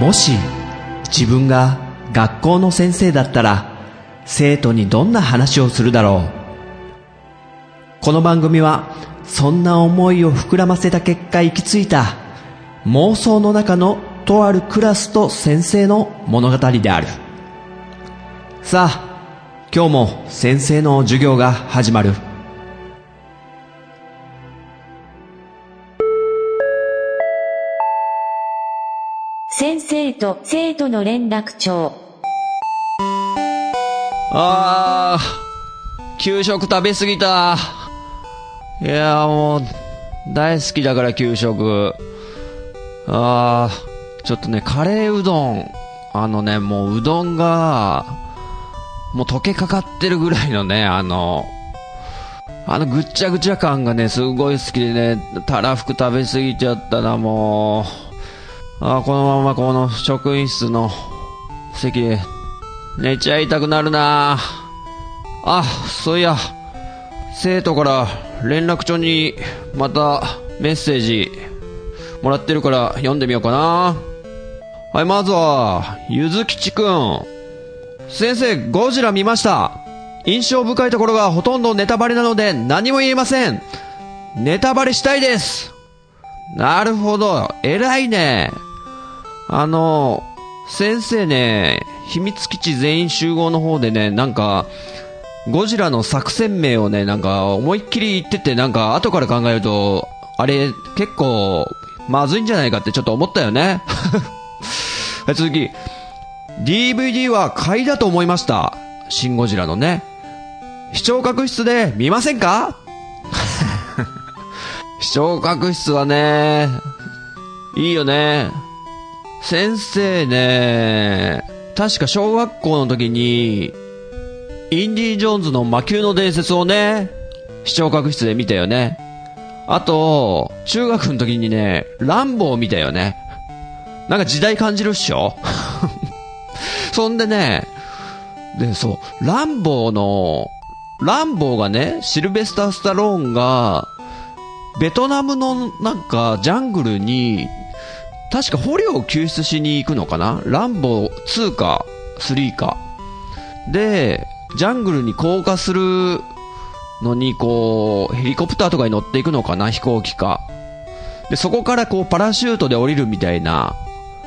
もし自分が学校の先生だったら生徒にどんな話をするだろう。この番組はそんな思いを膨らませた結果行き着いた妄想の中のとあるクラスと先生の物語である。さあ、今日も先生の授業が始まる。 先生と生徒の連絡帳。 給食食べ過ぎた。いやもう大好きだから給食。ちょっとね、カレーうどん、もううどんがもう溶けかかってるぐらいのね、ぐっちゃぐちゃ感がねすごい好きでね、たらふく食べ過ぎちゃったな。もうこのままこの職員室の席で寝ちゃいたくなるな。そういや、生徒から連絡帳にまたメッセージもらってるから読んでみようかな。はい、まずはゆずきちくん。先生、ゴジラ見ました。印象深いところがほとんどネタバレなので何も言えません。ネタバレしたいです。なるほど、偉いね。先生ね、秘密基地全員集合の方でね、なんかゴジラの作戦名をね、なんか思いっきり言ってて、なんか後から考えるとあれ結構まずいんじゃないかってちょっと思ったよね。続き、 DVD は買いだと思いました。シンゴジラのね。視聴覚室で見ませんか？視聴覚室はね、いいよね。先生ね、確か小学校の時にインディ・ジョーンズの魔球の伝説をね、視聴覚室で見たよね。あと中学の時にね、ランボー見たよね。なんか時代感じるっしょ。そんでね、ランボーがね、シルベスター・スタローンがベトナムのなんかジャングルに確か捕虜を救出しに行くのかな。ランボー2か3かで、ジャングルに降下するのにこうヘリコプターとかに乗っていくのかな、飛行機か。でそこからこうパラシュートで降りるみたいな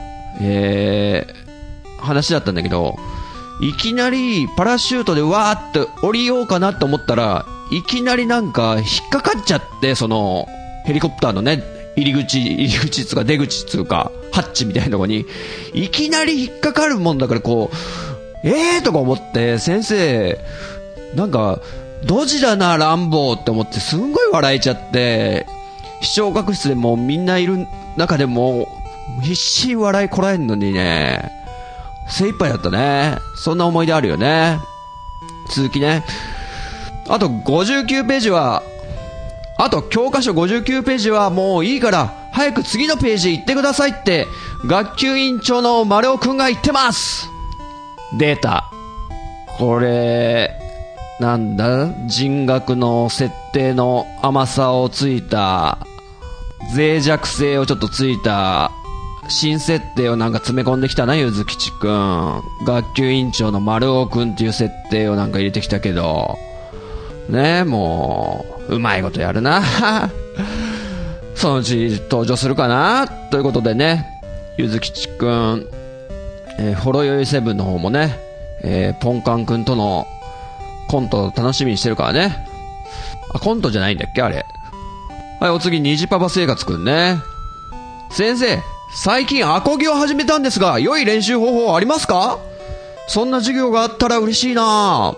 話だったんだけど、いきなりパラシュートでわーって降りようかなと思ったら、いきなりなんか引っかかっちゃって、そのヘリコプターのね、入り口つうか出口つうかハッチみたいなとこにいきなり引っかかるもんだから、こうとか思って、先生なんかドジだなランボーって思ってすんごい笑えちゃって、視聴覚室でもうみんないる中でも必死に笑いこらえんのにね、精一杯だったね。そんな思い出あるよね。続きね。あと59ページは、あと教科書59ページはもういいから早く次のページ行ってくださいって学級委員長の丸尾くんが言ってます。データこれなんだ、人格の設定の甘さをついた、脆弱性をちょっとついた新設定をなんか詰め込んできたな、ゆずきちくん。学級委員長の丸尾くんっていう設定をなんか入れてきたけどね、もううまいことやるな。そのうち登場するかな。ということでね、ゆずきちくん、ほろよいセブンの方もね、ポンカンくんとのコントを楽しみにしてるからね。コントじゃないんだっけあれ。はい、お次、虹パパ生活くんね。先生、最近アコギを始めたんですが、良い練習方法ありますか？そんな授業があったら嬉しいな。はい、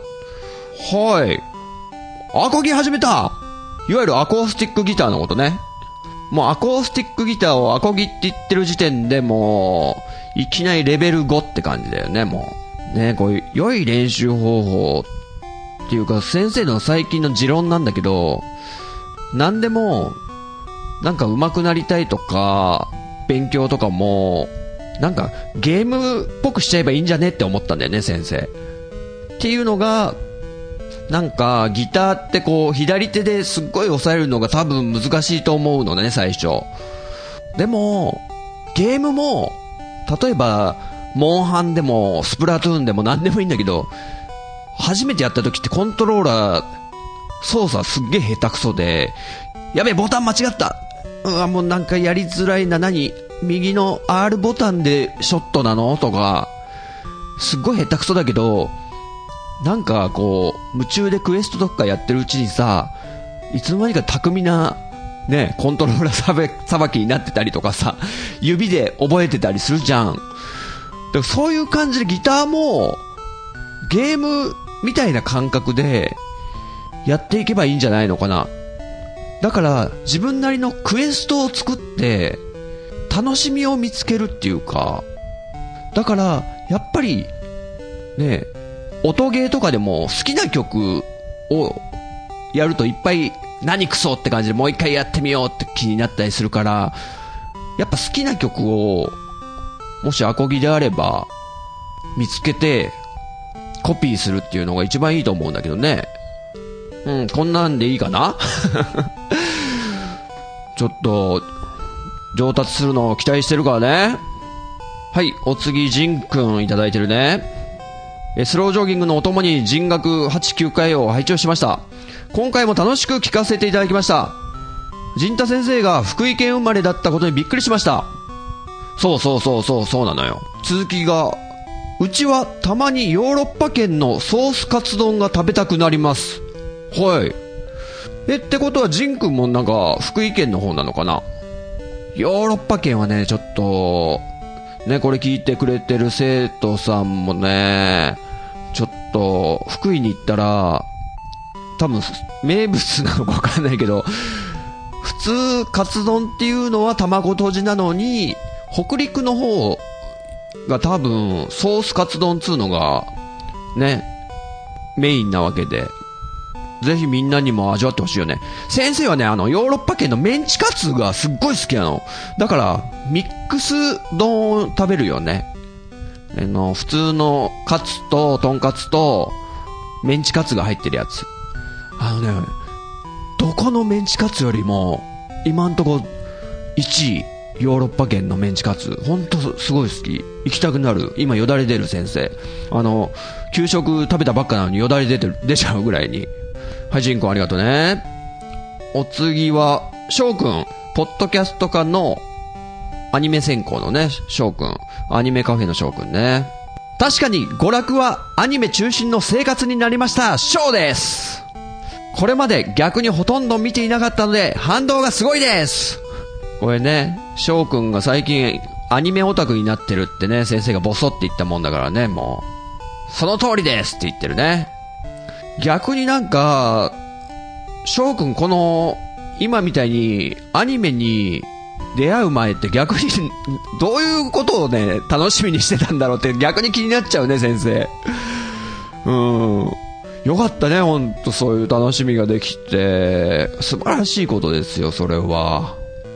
アコギ始めた。いわゆるアコースティックギターのことね。もうアコースティックギターをアコギって言ってる時点でもういきなりレベル5って感じだよね。もうね、こういう良い練習方法っていうか、先生の最近の持論なんだけど、何でもなんか上手くなりたいとか勉強とかもなんかゲームっぽくしちゃえばいいんじゃねって思ったんだよね、先生。っていうのが、なんかギターってこう左手ですっごい押さえるのが多分難しいと思うのね、最初。でもゲームも例えばモンハンでもスプラトゥーンでも何でもいいんだけど、初めてやった時ってコントローラー操作すっげえ下手くそで、やべえボタン間違った、もうなんかやりづらいな、右の R ボタンでショットなのとか、すっごい下手くそだけど、なんかこう夢中でクエストとかやってるうちにさ、いつの間にか巧みなねコントローラーさばきになってたりとかさ、指で覚えてたりするじゃん。だからそういう感じでギターもゲームみたいな感覚でやっていけばいいんじゃないのかな。だから自分なりのクエストを作って楽しみを見つけるっていうか、だからやっぱりね、音ゲーとかでも好きな曲をやるといっぱい何クソって感じでもう一回やってみようって気になったりするから、やっぱ好きな曲をもしアコギであれば見つけてコピーするっていうのが一番いいと思うんだけどね。こんなんでいいかなちょっと上達するのを期待してるからね。はい、お次ジンくんいただいてるね。スロージョギングのお供に人学8、9回を拝聴しました。今回も楽しく聞かせていただきました。陣太先生が福井県生まれだったことにびっくりしました。そうなのよ。続きが、うちはたまにヨーロッパ圏のソースカツ丼が食べたくなります。はい。ってことはジン君もなんか福井県の方なのかな。ヨーロッパ圏はね、ちょっとね、これ聞いてくれてる生徒さんもね、ちょっと福井に行ったら多分名物なのかわかんないけど、普通カツ丼っていうのは卵とじなのに、北陸の方が多分ソースカツ丼っつうのがねメインなわけで、ぜひみんなにも味わってほしいよね。先生はね、ヨーロッパ圏のメンチカツがすっごい好きなの。だからミックス丼を食べるよね。普通のカツとトンカツとメンチカツが入ってるやつ。どこのメンチカツよりも今んとこ1位ヨーロッパ圏のメンチカツ、ほんとすごい好き。行きたくなる。今よだれ出る。先生給食食べたばっかなのによだれ出ちゃうぐらいに。はい、ジン君ありがとうね。お次は翔くん、ポッドキャスト科のアニメ専攻のね翔くん、アニメカフェの翔くんね。確かに娯楽はアニメ中心の生活になりました。翔です。これまで逆にほとんど見ていなかったので反動がすごいです。これね、翔くんが最近アニメオタクになってるってね、先生がボソって言ったもんだからね、もうその通りですって言ってるね。逆になんか翔くん、この今みたいにアニメに出会う前って逆にどういうことをね楽しみにしてたんだろうって逆に気になっちゃうね、先生。よかったね、ほんとそういう楽しみができて素晴らしいことですよ、それは。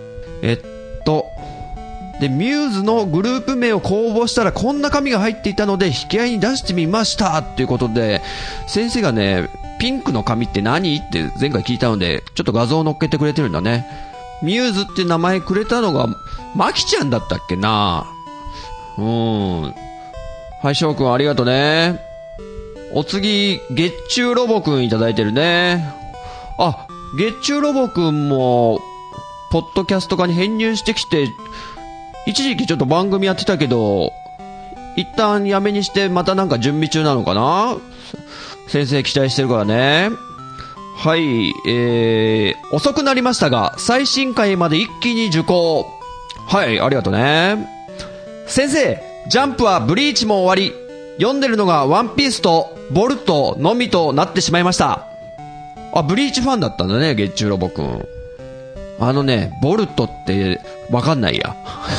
でミューズのグループ名を公募したらこんな紙が入っていたので引き合いに出してみましたっていうことで、先生がねピンクの紙って何って前回聞いたのでちょっと画像を載っけてくれてるんだね。ミューズって名前くれたのがマキちゃんだったっけな。はい、翔くんありがとうね。お次月中ロボくんいただいてるね。月中ロボくんもポッドキャスト化に編入してきて、一時期ちょっと番組やってたけど一旦やめにしてまたなんか準備中なのかな。先生期待してるからね。はい、遅くなりましたが最新回まで一気に受講。はい、ありがとうね。先生、ジャンプはブリーチも終わり、読んでるのがワンピースとボルトのみとなってしまいました。ブリーチファンだったんだね、月中ロボくん。ボルトってわかんないや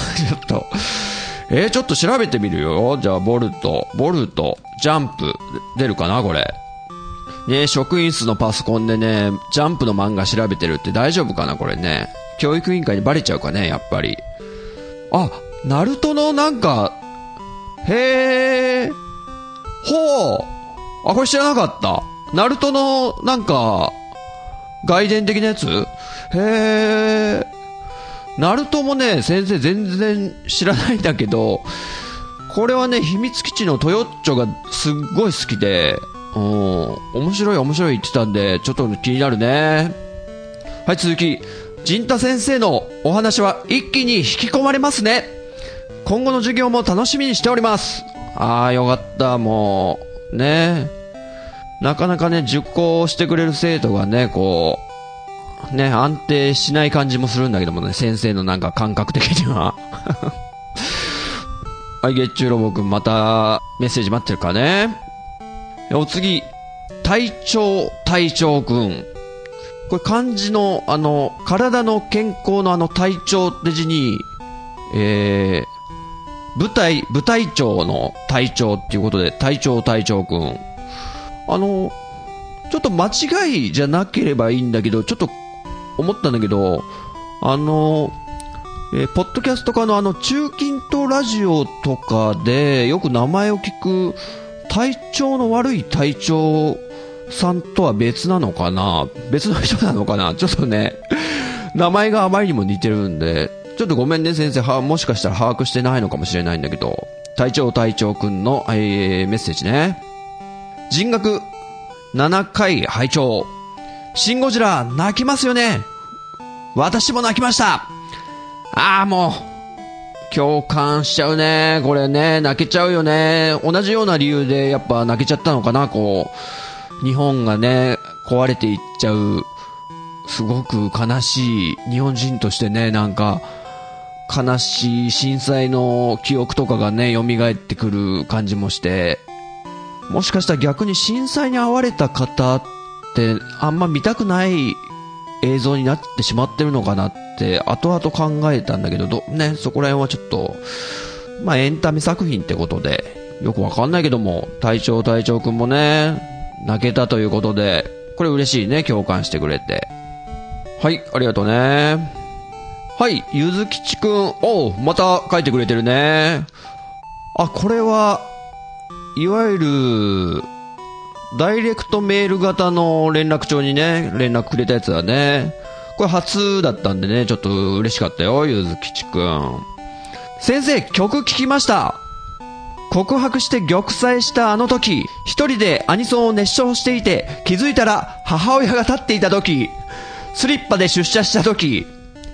ちょっと調べてみるよ。じゃあボルトジャンプ出るかなこれね。職員室のパソコンでねジャンプの漫画調べてるって大丈夫かなこれね。教育委員会にバレちゃうかね、やっぱり。ナルトのなんか、へー、ほう、これ知らなかった。ナルトのなんか外伝的なやつ、へー、 ナルトもね、先生全然知らないんだけど、これはね、秘密基地のトヨッチョがすっごい好きで、面白い言ってたんで、ちょっと気になるね。はい、続き。陣太先生のお話は一気に引き込まれますね。今後の授業も楽しみにしております。よかった、もう。ね。なかなかね、受講してくれる生徒がね、こう、ね、安定しない感じもするんだけどもね、先生のなんか感覚的には。はい、月中ロボくん、またメッセージ待ってるかね。お次、隊長くん。これ漢字の体の健康の隊長って字に、部隊長の隊長っていうことで、隊長くん。ちょっと間違いじゃなければいいんだけど、ちょっと思ったんだけど、ポッドキャスト化の中近東ラジオとかでよく名前を聞く体調の悪い隊長さんとは別なのかな、別の人なのかな、ちょっとね、名前があまりにも似てるんで、ちょっとごめんね先生、もしかしたら把握してないのかもしれないんだけど、隊長くんの、メッセージね。人学7回拝聴。シンゴジラ泣きますよね。私も泣きました。もう共感しちゃうね。これね、泣けちゃうよね。同じような理由でやっぱ泣けちゃったのかな。こう日本がね壊れていっちゃう、すごく悲しい、日本人としてね、なんか悲しい震災の記憶とかがね蘇ってくる感じもして、もしかしたら逆に震災に遭われた方ってあんま見たくない映像になってしまってるのかなって後々考えたんだけど、ね、そこら辺はちょっとエンタメ作品ってことでよくわかんないけども、隊長くんもね泣けたということで、これ嬉しいね、共感してくれて。はい、ありがとうね。はい、ゆずきちくん、また書いてくれてるね。これはいわゆるダイレクトメール型の連絡帳にね連絡くれたやつだね。これ初だったんでね、ちょっと嬉しかったよ、ゆずきちくん。先生、曲聴きました。告白して玉砕したあの時、一人でアニソンを熱唱していて、気づいたら母親が立っていた時、スリッパで出社した時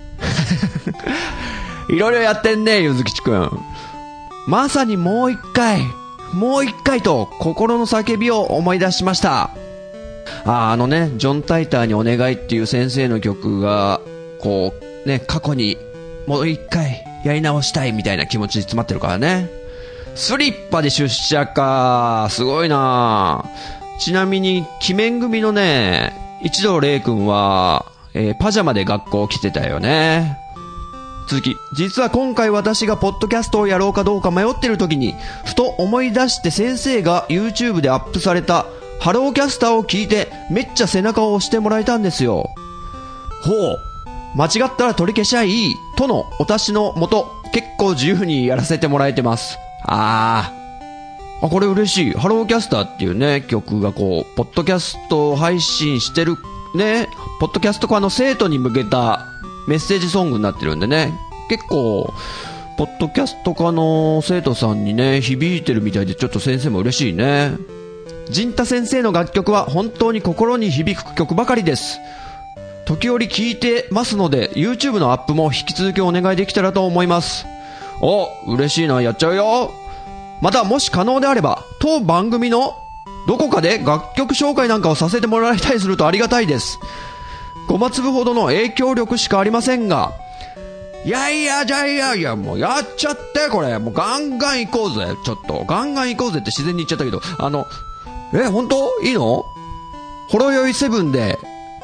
いろいろやってんね、ゆずきちくん。まさにもう一回と心の叫びを思い出しました。ジョン・タイターにお願いっていう先生の曲がこうね、過去にもう一回やり直したいみたいな気持ちに詰まってるからね。スリッパで出社か、すごいな。ちなみに鬼面組のね一条玲くんは、パジャマで学校来てたよね。続き、実は今回私がポッドキャストをやろうかどうか迷ってる時にふと思い出して、先生が YouTube でアップされたハローキャスターを聞いてめっちゃ背中を押してもらえたんですよ。間違ったら取り消しゃいいとのお達しのもと、結構自由にやらせてもらえてます。これ嬉しい。ハローキャスターっていうね曲がこうポッドキャスト配信してるね、ポッドキャスト科の生徒に向けたメッセージソングになってるんでね、結構ポッドキャスト科の生徒さんにね響いてるみたいで、ちょっと先生も嬉しいね。陣太先生の楽曲は本当に心に響く曲ばかりです。時折聴いてますので YouTube のアップも引き続きお願いできたらと思います。嬉しいな、やっちゃうよ。またもし可能であれば当番組のどこかで楽曲紹介なんかをさせてもらえたりするとありがたいです。5粒ほどの影響力しかありませんが、いやもうやっちゃって、これもうガンガン行こうぜ。ちょっとガンガン行こうぜって自然に言っちゃったけど、本当いいの？ほろ酔い7で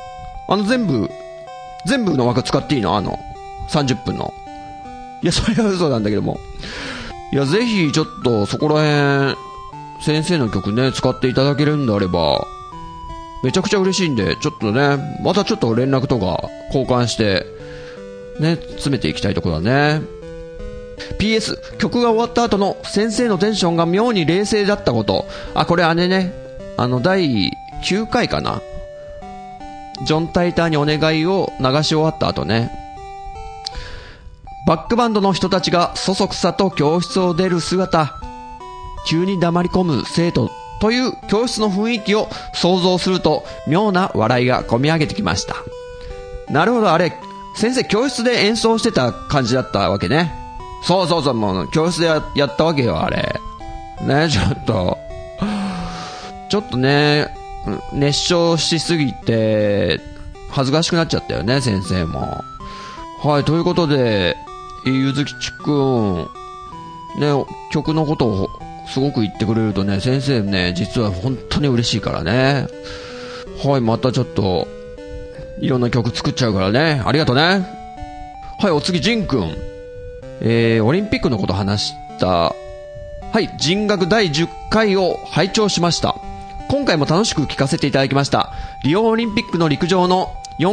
全部の枠使っていいの？30分の。いや、それは嘘なんだけども。いや、ぜひちょっとそこら辺先生の曲ね使っていただけるんであればめちゃくちゃ嬉しいんで、ちょっとねまたちょっと連絡とか交換してね詰めていきたいところだね。 PS、 曲が終わった後の先生のテンションが妙に冷静だったこと。これね第9回かな、ジョン・タイターにお願いを流し終わった後ね、 バックバンドの人たちがそそくさと教室を出る姿、急に黙り込む生徒という教室の雰囲気を想像すると妙な笑いがこみ上げてきました。なるほど、あれ先生教室で演奏してた感じだったわけね。そうそうそう、もう教室で やったわけよ、あれね。ちょっとね、熱唱しすぎて恥ずかしくなっちゃったよね、先生も。はい、ということでゆずきちくんね、曲のことをすごく言ってくれるとね、先生ね実は本当に嬉しいからね。はい、またちょっといろんな曲作っちゃうからね、ありがとうね。はい、お次ジンくん、オリンピックのこと話した。はい、人学第10回を拝聴しました。今回も楽しく聞かせていただきました。リオオリンピックの陸上の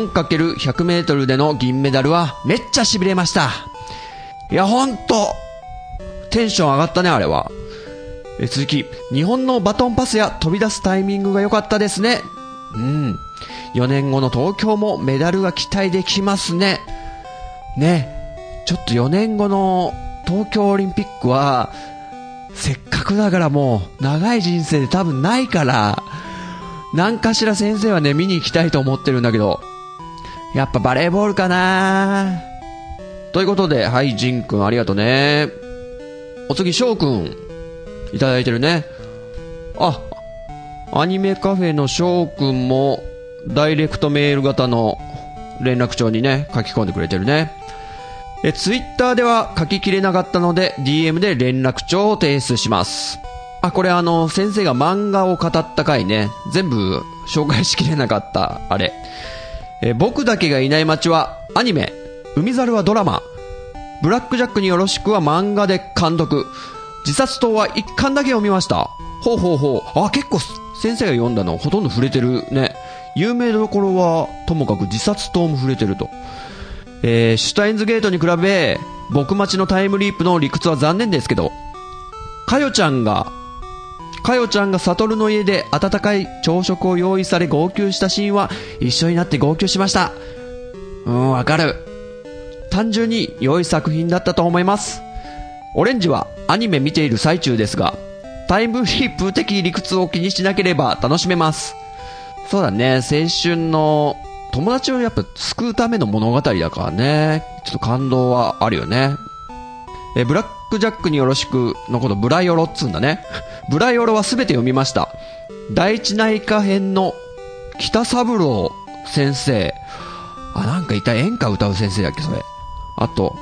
4×100 メートルでの銀メダルはめっちゃ痺れました。いやほんとテンション上がったね、あれは。続き、日本のバトンパスや飛び出すタイミングが良かったですね。4年後の東京もメダルが期待できますね。ちょっと4年後の東京オリンピックはせっかくだからもう長い人生で多分ないから、何かしら先生はね見に行きたいと思ってるんだけど、やっぱバレーボールかなということで、はい、ジンくんありがとね。お次、翔くんいただいてるね。あ、アニメカフェの翔くんもダイレクトメール型の連絡帳にね書き込んでくれてるね。ツイッターでは書ききれなかったので DM で連絡帳を提出します。あ、これ先生が漫画を語った回ね、全部紹介しきれなかったあれ。僕だけがいない街はアニメ、海猿はドラマ、ブラックジャックによろしくは漫画で監督、自殺島は1巻だけ読みました。ほうほうほう。あ、結構先生が読んだのほとんど触れてるね。有名どころはともかく自殺島も触れてると。シュタインズゲートに比べ僕待ちのタイムリープの理屈は残念ですけど、かよちゃんがサトルの家で温かい朝食を用意され号泣したシーンは一緒になって号泣しました。わかる。単純に良い作品だったと思います。オレンジはアニメ見ている最中ですが、タイムリープ的理屈を気にしなければ楽しめます。そうだね、青春の友達をやっぱ救うための物語だからね、ちょっと感動はあるよね。ブラックジャックによろしくのことブラヨロっつうんだね。ブラヨロはすべて読みました。第一内科編の北三郎先生、なんかいた、演歌歌う先生だっけそれ。あと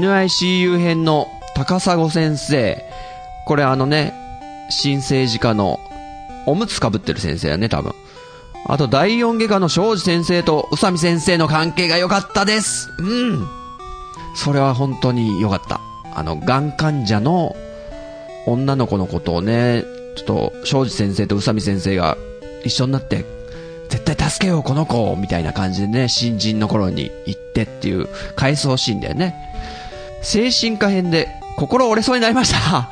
NICU 編の高砂先生、これ新生児科のおむつかぶってる先生だね多分。あと第4外科の庄司先生と宇佐美先生の関係が良かったです。それは本当に良かった。がん患者の女の子のことをね、ちょっと庄司先生と宇佐美先生が一緒になって絶対助けようこの子みたいな感じでね、新人の頃に行ってっていう回想シーンだよね。精神科編で心折れそうになりました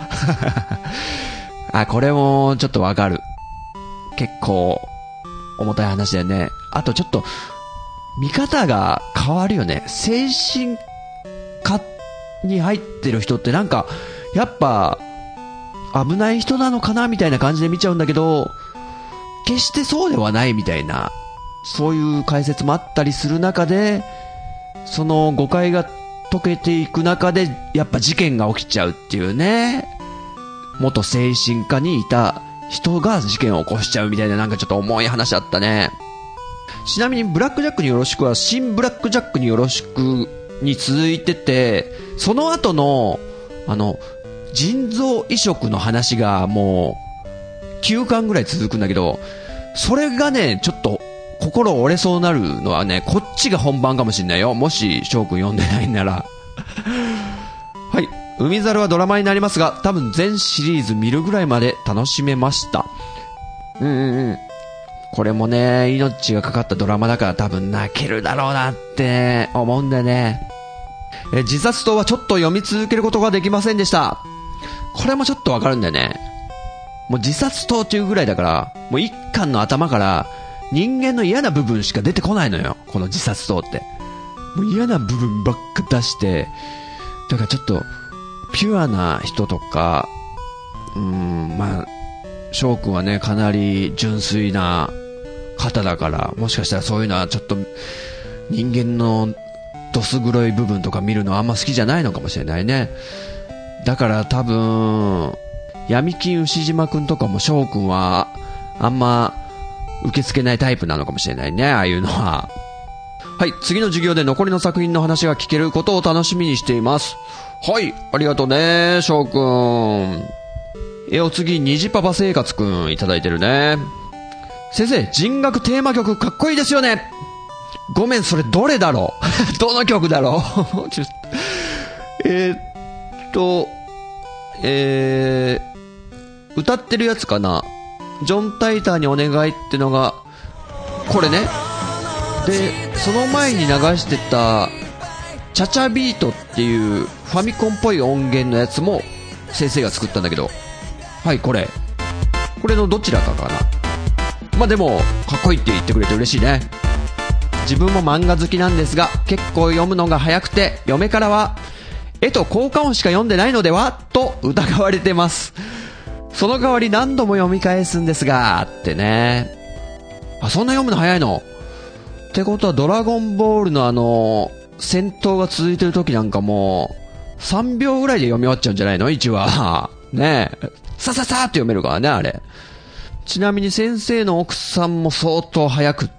これもちょっとわかる。結構重たい話だよね。あとちょっと見方が変わるよね。精神科に入ってる人ってなんかやっぱ危ない人なのかなみたいな感じで見ちゃうんだけど、決してそうではないみたいな、そういう解説もあったりする中で、その誤解が解けていく中でやっぱ事件が起きちゃうっていうね。元精神科にいた人が事件を起こしちゃうみたいな、なんかちょっと重い話だったね。ちなみにブラックジャックによろしくは新ブラックジャックによろしくに続いてて、その後の腎臓移植の話がもう9巻ぐらい続くんだけど、それがねちょっと心折れそうになるのはね、こっちが本番かもしんないよ、もし翔くん読んでないんならはい、海猿はドラマになりますが多分全シリーズ見るぐらいまで楽しめました。これもね命がかかったドラマだから多分泣けるだろうなって思うんだよね。自殺島はちょっと読み続けることができませんでした。これもちょっとわかるんだよね。もう自殺島っていうぐらいだから、もう一巻の頭から人間の嫌な部分しか出てこないのよ、この自殺島って。もう嫌な部分ばっか出して、 だからちょっと、ピュアな人とか、まあ、翔くんはね、かなり純粋な方だから、もしかしたらそういうのはちょっと、人間のどす黒い部分とか見るのはあんま好きじゃないのかもしれないね。だから多分、闇金牛島くんとかも翔くんは、あんま、受け付けないタイプなのかもしれないね、ああいうのは。はい、次の授業で残りの作品の話が聞けることを楽しみにしています。はい、ありがとうね、翔くん。お次、虹パパ生活くんいただいてるね。先生、人楽テーマ曲かっこいいですよね。ごめん、それどれだろうどの曲だろう歌ってるやつかな。ジョン・タイターにお願いってのが、これね。で、その前に流してた、チャチャビートっていうファミコンっぽい音源のやつも先生が作ったんだけど、はい、これのどちらかかな。まあでもかっこいいって言ってくれて嬉しいね。自分も漫画好きなんですが、結構読むのが早くて、嫁からは絵と効果音しか読んでないのではと疑われてます。その代わり何度も読み返すんですがってね。あ、そんな読むの早いのってことは、ドラゴンボールの戦闘が続いてる時なんかもう3秒ぐらいで読み終わっちゃうんじゃないの ?1 話ねえ、さささーって読めるからね、あれ。ちなみに先生の奥さんも相当早くって、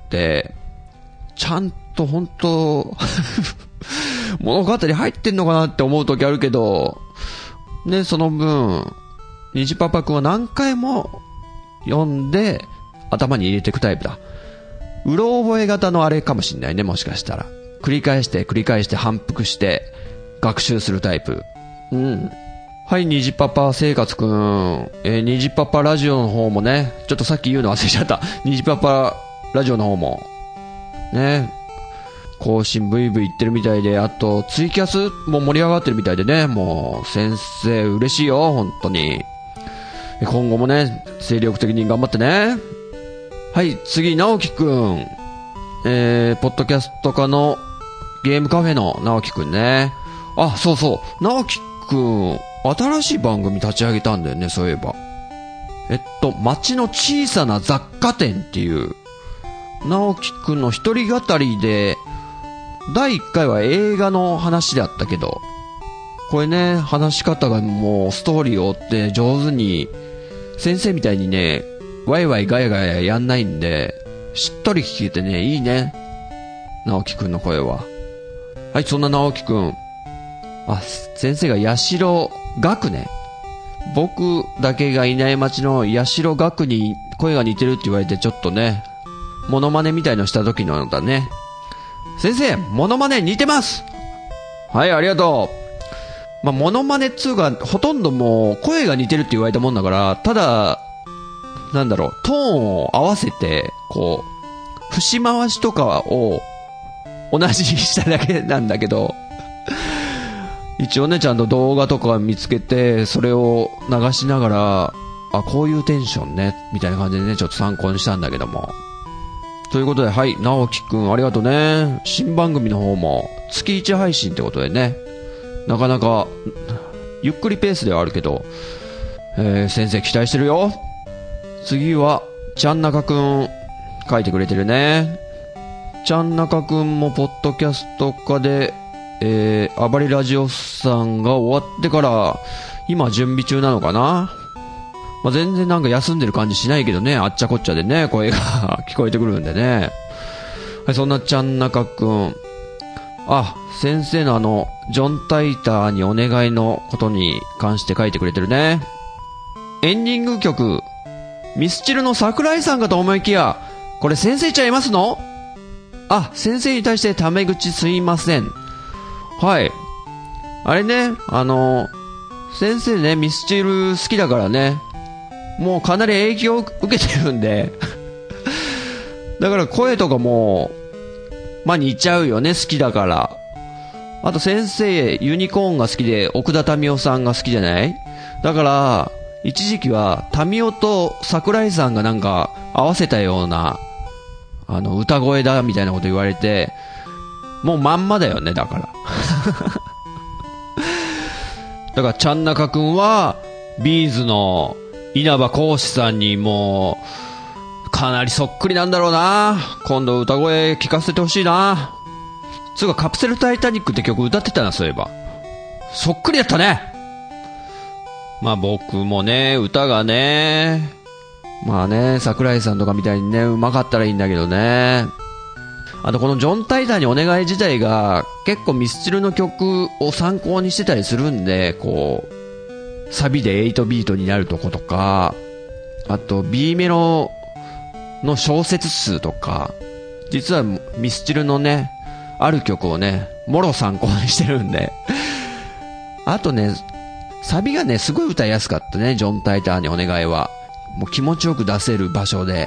ちゃんと本当物語入ってんのかなって思う時あるけどね、その分虹パパくんは何回も読んで頭に入れていくタイプだ。うろ覚え型のあれかもしんないね、もしかしたら。繰り返して反復して学習するタイプ。うん。はい、虹パパ生活くん。虹パパラジオの方もね、ちょっとさっき言うの忘れちゃった。虹パパラジオの方も、ね、更新ブイブイ言ってるみたいで、あと、ツイキャスも盛り上がってるみたいでね、もう、先生嬉しいよ、本当に。今後もね、精力的に頑張ってね。はい、次、直樹くん。ポッドキャスト家のゲームカフェの直樹くんね。あ、そうそう、直樹くん、新しい番組立ち上げたんだよね、そういえば。街の小さな雑貨店っていう、直樹くんの一人語りで、第1回は映画の話だったけど、これね、話し方がもうストーリーを追って上手に、先生みたいにね、ワイワイガヤガヤやんないんで、しっとり聞けてね、いいね。直樹くんの声は。はい、そんな直樹くん。あ、先生が八代学ね。僕だけがいない町の八代学に声が似てるって言われて、ちょっとね、モノマネみたいのした時のだね。先生、モノマネ似てます。はい、ありがとう。まあ、モノマネっつうか、ほとんどもう声が似てるって言われたもんだから、ただ、なんだろう、トーンを合わせて、こう、節回しとかを同じにしただけなんだけど、一応ね、ちゃんと動画とか見つけて、それを流しながら、あ、こういうテンションね、みたいな感じでね、ちょっと参考にしたんだけども。ということで、はい、直樹くんありがとうね。新番組の方も月1配信ってことでね、なかなかゆっくりペースではあるけど、先生期待してるよ。次はちゃんなかくん書いてくれてるね。ちゃんなかくんもポッドキャスト化で、暴れラジオさんが終わってから今準備中なのかな。まあ、全然なんか休んでる感じしないけどね、あっちゃこっちゃでね、声が聞こえてくるんでね。はい、そんなちゃんなかくん。あ、先生のジョン・タイターにお願いのことに関して書いてくれてるね。エンディング曲、ミスチルの桜井さんかと思いきや、これ先生ちゃいますの？あ、先生に対してタメ口すいません。はい。あれね、先生ね、ミスチル好きだからね。もうかなり影響を受けてるんでだから声とかもまあ似ちゃうよね、好きだから。あと先生ユニコーンが好きで、奥田民生さんが好きじゃない？だから一時期は民生と桜井さんがなんか合わせたような歌声だみたいなこと言われて、もうまんまだよね、だからだからちゃんなかくんはビーズの稲葉浩志さんにもうかなりそっくりなんだろうな。今度歌声聞かせてほしいな。つうかカプセルタイタニックって曲歌ってたな、そういえば。そっくりだったね。まあ僕もね、歌がね、まあね、桜井さんとかみたいにね、上手かったらいいんだけどね。あとこのジョン・タイターにお願い自体が結構ミスチルの曲を参考にしてたりするんで、こうサビで8ビートになるとことか、あと B メロの小節数とか、実はミスチルのねある曲をねもろ参考にしてるんで、あとねサビがねすごい歌いやすかったね、ジョン・タイターにお願いは。もう気持ちよく出せる場所で、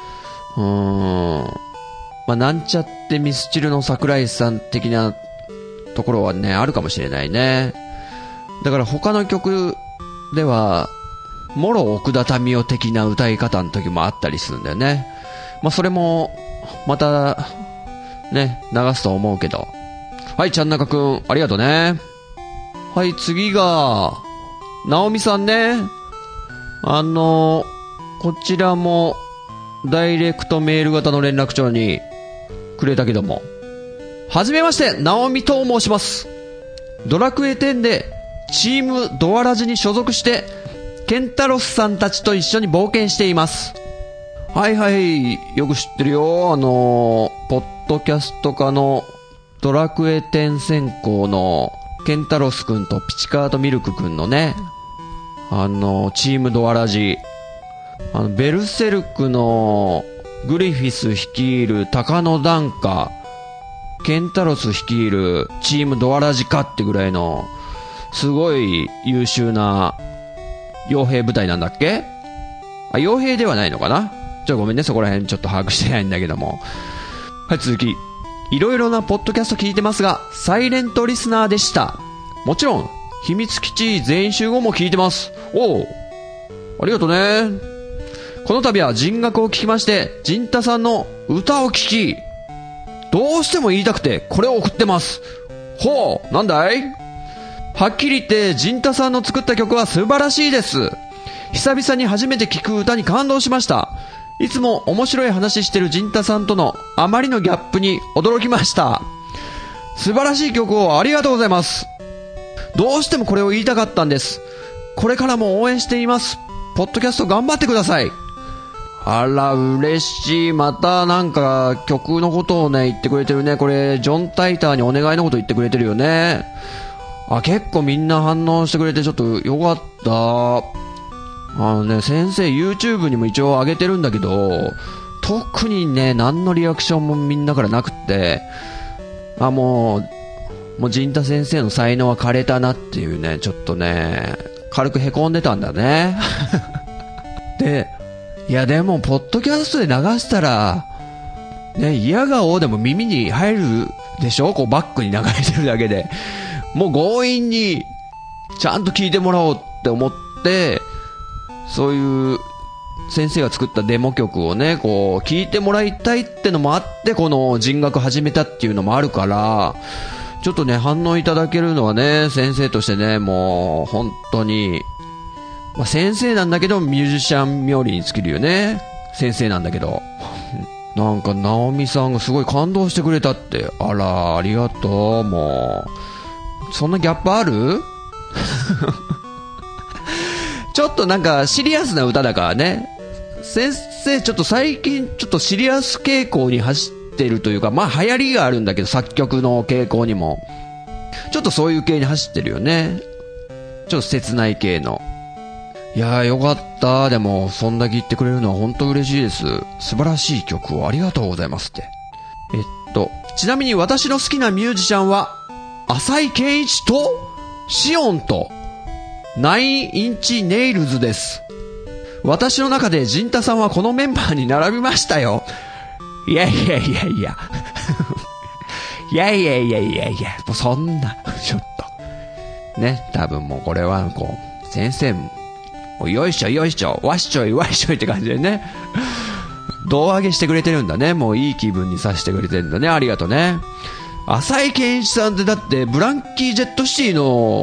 まあ、なんちゃってミスチルの桜井さん的なところはねあるかもしれないね。だから他の曲ではもろ奥田民生的な歌い方の時もあったりするんだよね。まあそれもまたね流すと思うけど。はい、ちゃんなかくんありがとうね。はい、次がなおみさんね。こちらもダイレクトメール型の連絡帳にくれたけども、はじめまして、なおみと申します。ドラクエ10でチームドアラジに所属してケンタロスさんたちと一緒に冒険しています。はいはい、よく知ってるよ。ポッドキャスト化のドラクエ10専攻のケンタロスくんとピチカートミルクくんのね、チームドアラジ、ベルセルクのグリフィス率いる高野檀家、ケンタロス率いるチームドアラジかってぐらいのすごい優秀な傭兵部隊なんだっけ。あ、傭兵ではないのかな。ごめんね、そこら辺ちょっと把握してないんだけども。はい、続き。いろいろなポッドキャスト聞いてますが、サイレントリスナーでした。もちろん秘密基地全員集合も聞いてます。おう、ありがとうね。この度は人楽を聞きまして、陣太さんの歌を聞き、どうしても言いたくてこれを送ってます。ほう、なんだい。はっきり言って陣太さんの作った曲は素晴らしいです。久々に初めて聞く歌に感動しました。いつも面白い話してる陣太さんとのあまりのギャップに驚きました。素晴らしい曲をありがとうございます。どうしてもこれを言いたかったんです。これからも応援しています。ポッドキャスト頑張ってください。あら、嬉しい。またなんか曲のことをね言ってくれてるね。これジョン・タイターにお願いのこと言ってくれてるよね。あ、結構みんな反応してくれてちょっとよかった。先生 YouTube にも一応上げてるんだけど、特にね何のリアクションもみんなからなくって、もう陣太先生の才能は枯れたなっていうね、ちょっとね軽くへこんでたんだねで、いやでもポッドキャストで流したらね、嫌顔でも耳に入るでしょ。こうバックに流れてるだけでもう強引にちゃんと聞いてもらおうって思って、そういう先生が作ったデモ曲をねこう聞いてもらいたいってのもあって、この人楽始めたっていうのもあるから、ちょっとね反応いただけるのはね、先生としてねもう本当に、先生なんだけどミュージシャン冥利に尽きるよね。先生なんだけどなんか直美さんがすごい感動してくれたって。あら、ありがとう。もうそんなギャップあるちょっとなんかシリアスな歌だからね。先生ちょっと最近ちょっとシリアス傾向に走ってるというか、流行りがあるんだけど、作曲の傾向にもちょっとそういう系に走ってるよね。ちょっと切ない系の。いやーよかった。でもそんだけ言ってくれるのは本当嬉しいです。素晴らしい曲をありがとうございますって。ちなみに私の好きなミュージシャンは浅井健一とシオンと9インチネイルズです。私の中で陣太さんはこのメンバーに並びましたよ。いやいやいやいやいやいやいやいやいや、もうそんなちょっとね、多分もうこれはこう先生もよいしょよいしょわっしょいわっしょいって感じでね胴上げしてくれてるんだね。もういい気分にさせてくれてるんだね。ありがとうね。浅井健一さんってだってブランキー・ジェット・シティの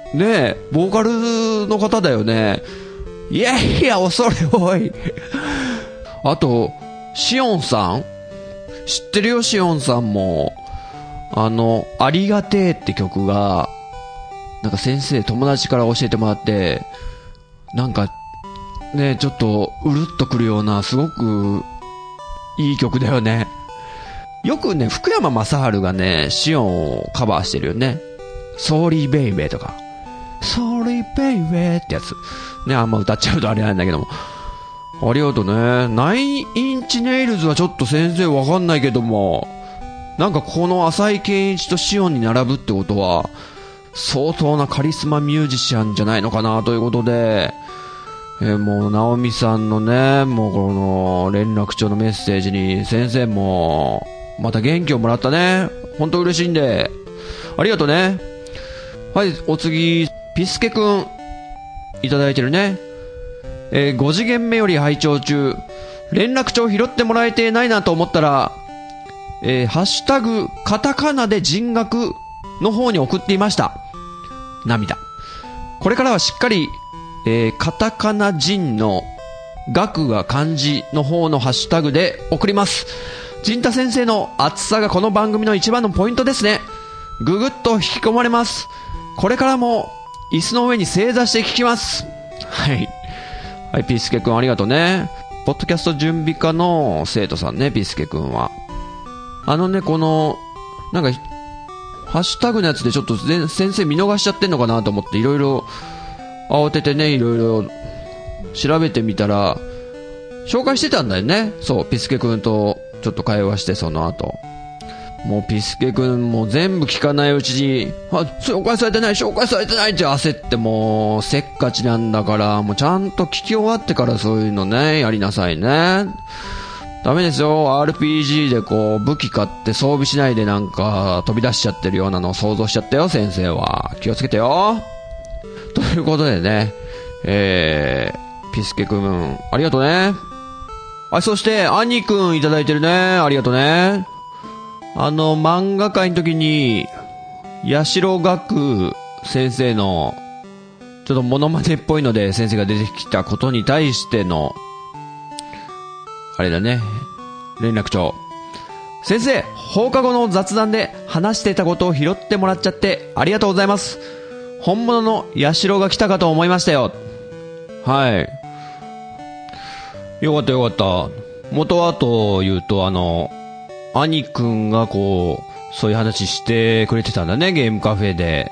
ねえ、ボーカルの方だよね。いやいや、恐れ多い。あと、シオンさん知ってるよ、シオンさんも。ありがてえって曲が、なんか先生、友達から教えてもらって、なんか、ね、ちょっと、うるっとくるような、すごく、いい曲だよね。よくね、福山雅治がね、シオンをカバーしてるよね。Sorry Baby とか。Sorry Baby ってやつ。ね、あんま歌っちゃうとあれなんだけども。ありがとうね。9インチネイルズはちょっと先生わかんないけども、なんかこの浅井健一とシオンに並ぶってことは、相当なカリスマミュージシャンじゃないのかなということで、もう、直美さんのね、もうこの連絡帳のメッセージに先生も、また元気をもらったね。ほんと嬉しいんで、ありがとうね。はい、お次、ピスケくん、いただいてるね。5次元目より拝聴中。連絡帳拾ってもらえてないなと思ったら、ハッシュタグ、カタカナで人学の方に送っていました。涙。これからはしっかり、カタカナ人の学が漢字の方のハッシュタグで送ります。陣太先生の熱さがこの番組の一番のポイントですね。ぐぐっと引き込まれます。これからも椅子の上に正座して聞きます。はい。はい、ピースケくんありがとうね。ポッドキャスト準備科の生徒さんね、ピースケくんは。この、なんか、ハッシュタグのやつでちょっと先生見逃しちゃってんのかなと思っていろいろ慌ててね、いろいろ調べてみたら、紹介してたんだよね。そう、ピスケくんとちょっと会話してその後。もうピスケくんも全部聞かないうちに、紹介されてないって焦ってもうせっかちなんだから、もうちゃんと聞き終わってからそういうのね、やりなさいね。ダメですよ。RPG でこう武器買って装備しないでなんか飛び出しちゃってるようなのを想像しちゃったよ、先生は。気をつけてよ。ということでね、ピスケくん、ありがとうね。はい、そして、アニくんいただいてるね。ありがとうね。漫画界の時に、八代学先生の、ちょっとモノマネっぽいので先生が出てきたことに対しての、あれだね、連絡帳。先生、放課後の雑談で話してたことを拾ってもらっちゃってありがとうございます。本物の八代が来たかと思いましたよ。はい。よかったよかった。元はと言うと兄くんがこう、そういう話してくれてたんだね、ゲームカフェで。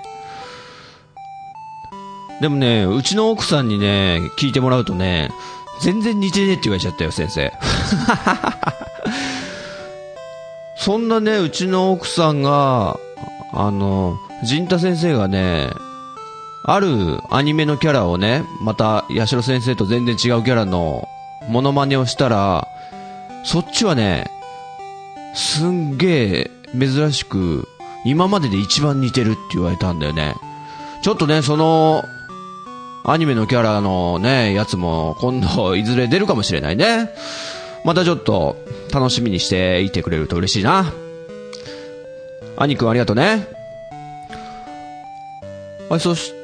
でもね、うちの奥さんにね、聞いてもらうとね、全然似てねえって言われちゃったよ、先生。そんなね、うちの奥さんが、陣太先生がね、あるアニメのキャラをね、また、八代先生と全然違うキャラのモノマネをしたら、そっちはね、すんげえ珍しく、今までで一番似てるって言われたんだよね。ちょっとね、その、アニメのキャラのね、やつも今度いずれ出るかもしれないね。またちょっと楽しみにしていてくれると嬉しいな。兄くんありがとうね。はい、そして、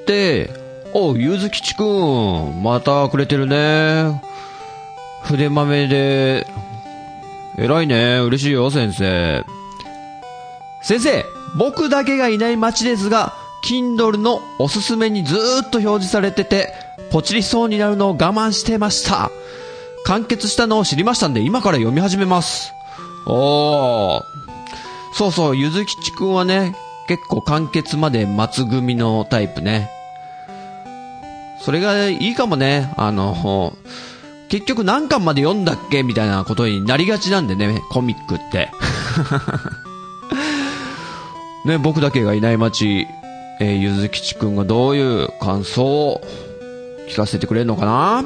ゆずきちくん、またくれてるね。筆豆で、偉いね。嬉しいよ、先生。先生、僕だけがいない街ですが、Kindle のおすすめにずーっと表示されてて、ポチりそうになるのを我慢してました。完結したのを知りましたんで、今から読み始めます。そうそう、ゆずきちくんはね、結構完結まで待つ組のタイプね。それがいいかもね。結局何巻まで読んだっけみたいなことになりがちなんでね、コミックって。ね、僕だけがいない街、ゆずきちくんがどういう感想を聞かせてくれるのかな。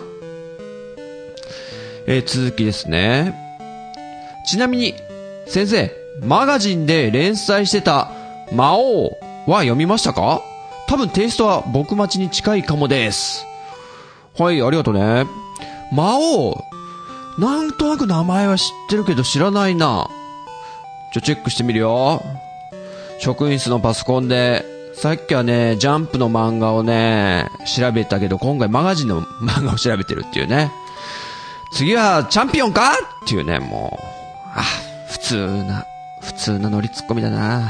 続きですね。ちなみに、先生、マガジンで連載してた魔王は読みましたか？多分テイストは僕待ちに近いかもです。はい、ありがとうね。魔王、なんとなく名前は知ってるけど知らないな。チェックしてみるよ。職員室のパソコンでさっきはね、ジャンプの漫画をね、調べたけど、今回マガジンの漫画を調べてるっていうね。次はチャンピオンかっていうね、もう。普通なノリツッコミだな。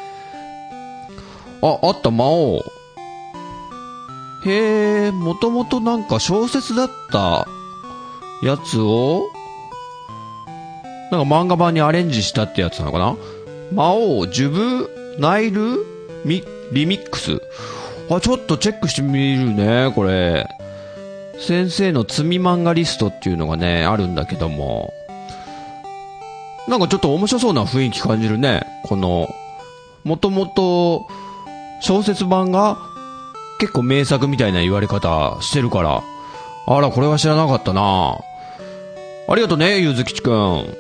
あった、魔王。へえ、もともとなんか小説だったやつを、なんか漫画版にアレンジしたってやつなのかな。魔王、ジュブナイルリミックス。ちょっとチェックしてみるね、これ。先生の積み漫画リストっていうのがね、あるんだけども。なんかちょっと面白そうな雰囲気感じるね。この、もともと小説版が結構名作みたいな言われ方してるから。あら、これは知らなかったな。ありがとうね、ゆずきちくん。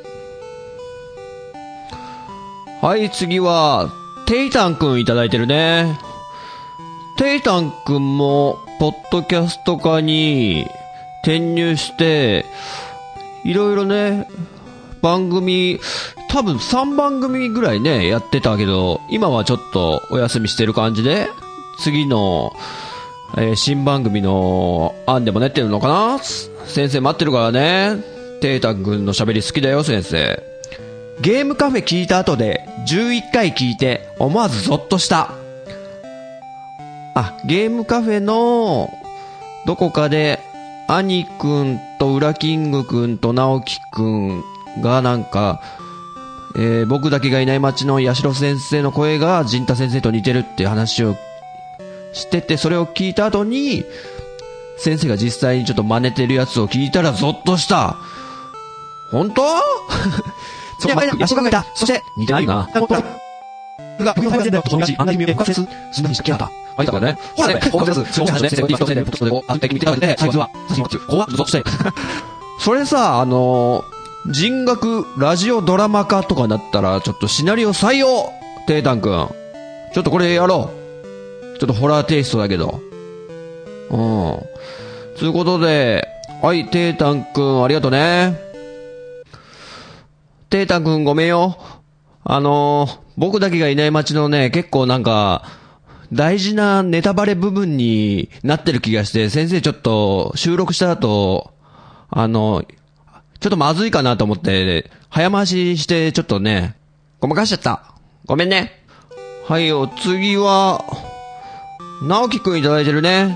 はい、次は、テイタンくんいただいてるね。テイタンくんも、ポッドキャスト化に転入して、いろいろね、番組、多分3番組ぐらいね、やってたけど、今はちょっとお休みしてる感じで、次の、新番組の案でも練ってるのかな。先生待ってるからね。テイタンくんの喋り好きだよ、先生。ゲームカフェ聞いた後で11回聞いて思わずゾッとした。ゲームカフェのどこかでアニくんとウラキングくんとナオキくんがなんか、僕だけがいない街の八代先生の声が陣太先生と似てるっていう話をしてて、それを聞いた後に先生が実際にちょっと真似てるやつを聞いたらゾッとした。本当？そして似てないな。が、僕の先生だよ、と同じ、あんなに深くせず、すんなりした気がった。あいたからね。ほらね、報告せず、そうじゃね、先生、いい人で、ポッドで、あんた見てたわけで、サイズは、怖っ、ゾッとして。それさ、人学、ラジオドラマ化とかだったら、ちょっとシナリオ採用テイタンくん。ちょっとこれやろう。ちょっとホラーテイストだけど。ということで、はい、テイタンくん、ありがとうね。テイタンくんごめんよ。僕だけがいない街のね、結構なんか、大事なネタバレ部分になってる気がして、先生ちょっと収録した後、ちょっとまずいかなと思って、早回ししてちょっとね、ごまかしちゃった。ごめんね。はい、お次は、直樹くんいただいてるね。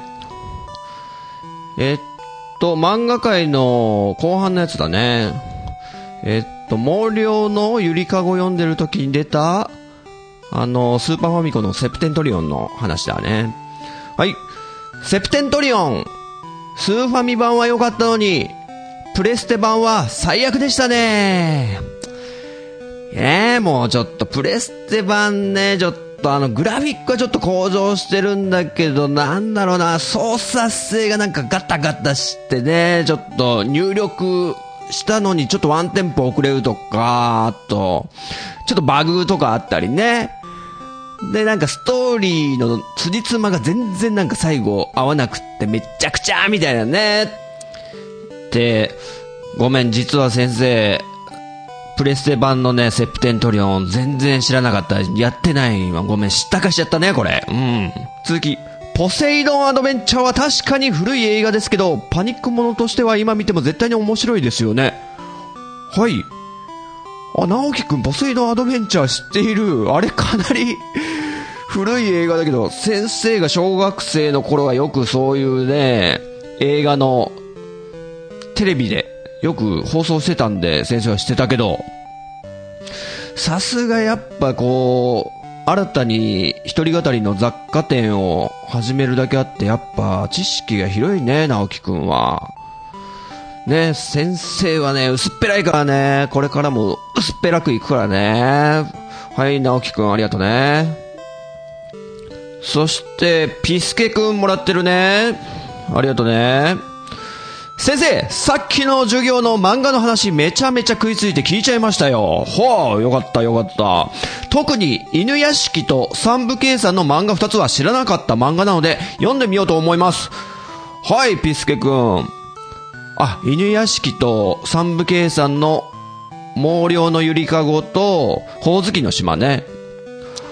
漫画界の後半のやつだね。毛量のゆりかご読んでる時に出た、スーパーファミコンのセプテントリオンの話だね。はい。セプテントリオン。スーファミ版は良かったのに、プレステ版は最悪でしたね。もうちょっとプレステ版ね、ちょっとグラフィックはちょっと向上してるんだけど、なんだろうな、操作性がなんかガタガタしてね、ちょっと入力、したのにちょっとワンテンポ遅れるとか、あと、ちょっとバグとかあったりね。で、なんかストーリーの辻褄が全然なんか最後合わなくってめっちゃくちゃみたいなね。で、ごめん、実は先生、プレステ版のね、セプテントリオン全然知らなかった。やってないわ。ごめん、知ったかしちゃったね、これ。続き。ポセイドンアドベンチャーは確かに古い映画ですけど、パニックものとしては今見ても絶対に面白いですよね。はい。直樹くんポセイドンアドベンチャー知っている。あれかなり古い映画だけど、先生が小学生の頃はよくそういうね、映画のテレビでよく放送してたんで、先生は知ってたけど、さすがやっぱこう、新たに一人語りの雑貨店を始めるだけあって、やっぱ知識が広いね、直樹くんは。ね、先生はね、薄っぺらいからね、これからも薄っぺらくいくからね。はい、直樹くんありがとうね。そして、ピスケくんもらってるね。ありがとうね。先生、さっきの授業の漫画の話めちゃめちゃ食いついて聞いちゃいましたよ。ほう、よかったよかった。特に犬屋敷と三部計算の漫画2つは知らなかった漫画なので読んでみようと思います。はい、ピスケくん。犬屋敷と三部計算の毛量のゆりかごとほおずきの島ね。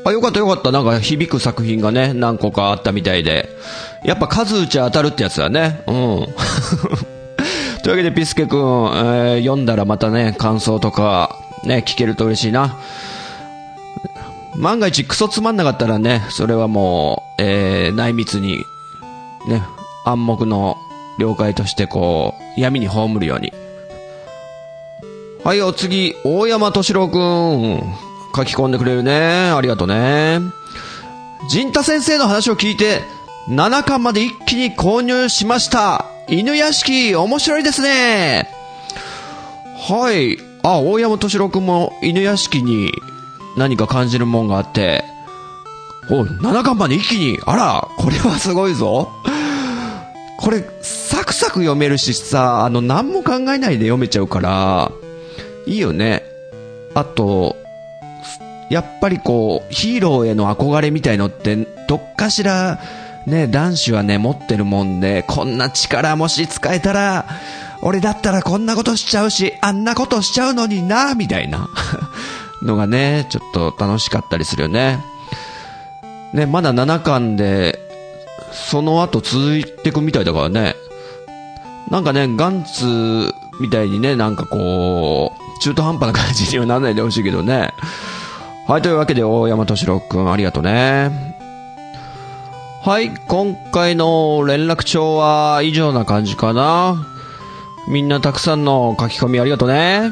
よかったよかった。なんか響く作品がね、何個かあったみたいで。やっぱ数打ち当たるってやつだね。うん。というわけでピスケくん、読んだらまたね、感想とか、ね、聞けると嬉しいな。万が一クソつまんなかったらね、それはもう、内密に、ね、暗黙の了解としてこう、闇に葬るように。はい、お次、大山敏郎くん。書き込んでくれるね。ありがとうね。陣太先生の話を聞いて、7巻まで一気に購入しました。犬屋敷、面白いですね。はい。あ、大山敏郎くんも犬屋敷に何か感じるもんがあって、7巻まで一気に、あら、これはすごいぞ。これ、サクサク読めるしさ、何も考えないで読めちゃうから、いいよね。あと、やっぱりこう、ヒーローへの憧れみたいのって、どっかしら、ね、男子はね、持ってるもんで、こんな力もし使えたら、俺だったらこんなことしちゃうし、あんなことしちゃうのにな、みたいなのがね、ちょっと楽しかったりするよね。ね、まだ7巻で、その後続いていくみたいだからね。なんかね、ガンツみたいにね、なんかこう、中途半端な感じにはならないでほしいけどね。はい、というわけで大山敏郎くんありがとうね。はい、今回の連絡帳は以上な感じかな。みんなたくさんの書き込みありがとうね。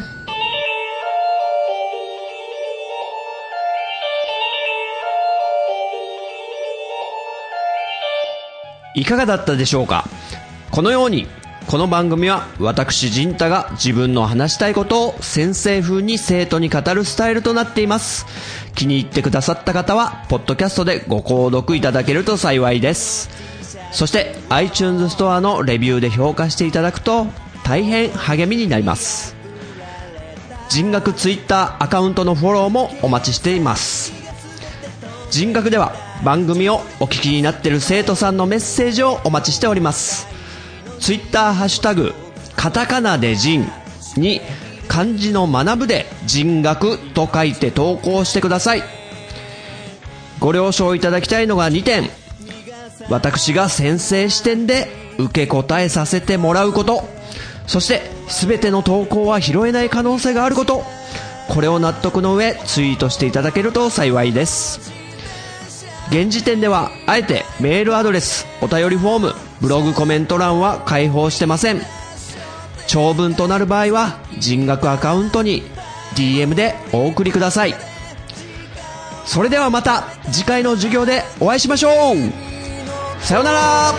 いかがだったでしょうか。このようにこの番組は私陣太が自分の話したいことを先生風に生徒に語るスタイルとなっています。気に入ってくださった方はポッドキャストでご購読いただけると幸いです。そして iTunes ストアのレビューで評価していただくと大変励みになります。人学 Twitter アカウントのフォローもお待ちしています。人学では番組をお聞きになっている生徒さんのメッセージをお待ちしております。ツイッターハッシュタグカタカナで人に漢字の学ぶで人学と書いて投稿してください。ご了承いただきたいのが2点。私が先生視点で受け答えさせてもらうこと、そして全ての投稿は拾えない可能性があること、これを納得の上ツイートしていただけると幸いです。現時点ではあえてメールアドレス、お便りフォーム、ブログコメント欄は開放してません。長文となる場合は人学アカウントに DM でお送りください。それではまた次回の授業でお会いしましょう。さようなら。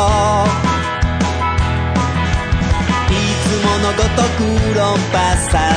ごとく論破さ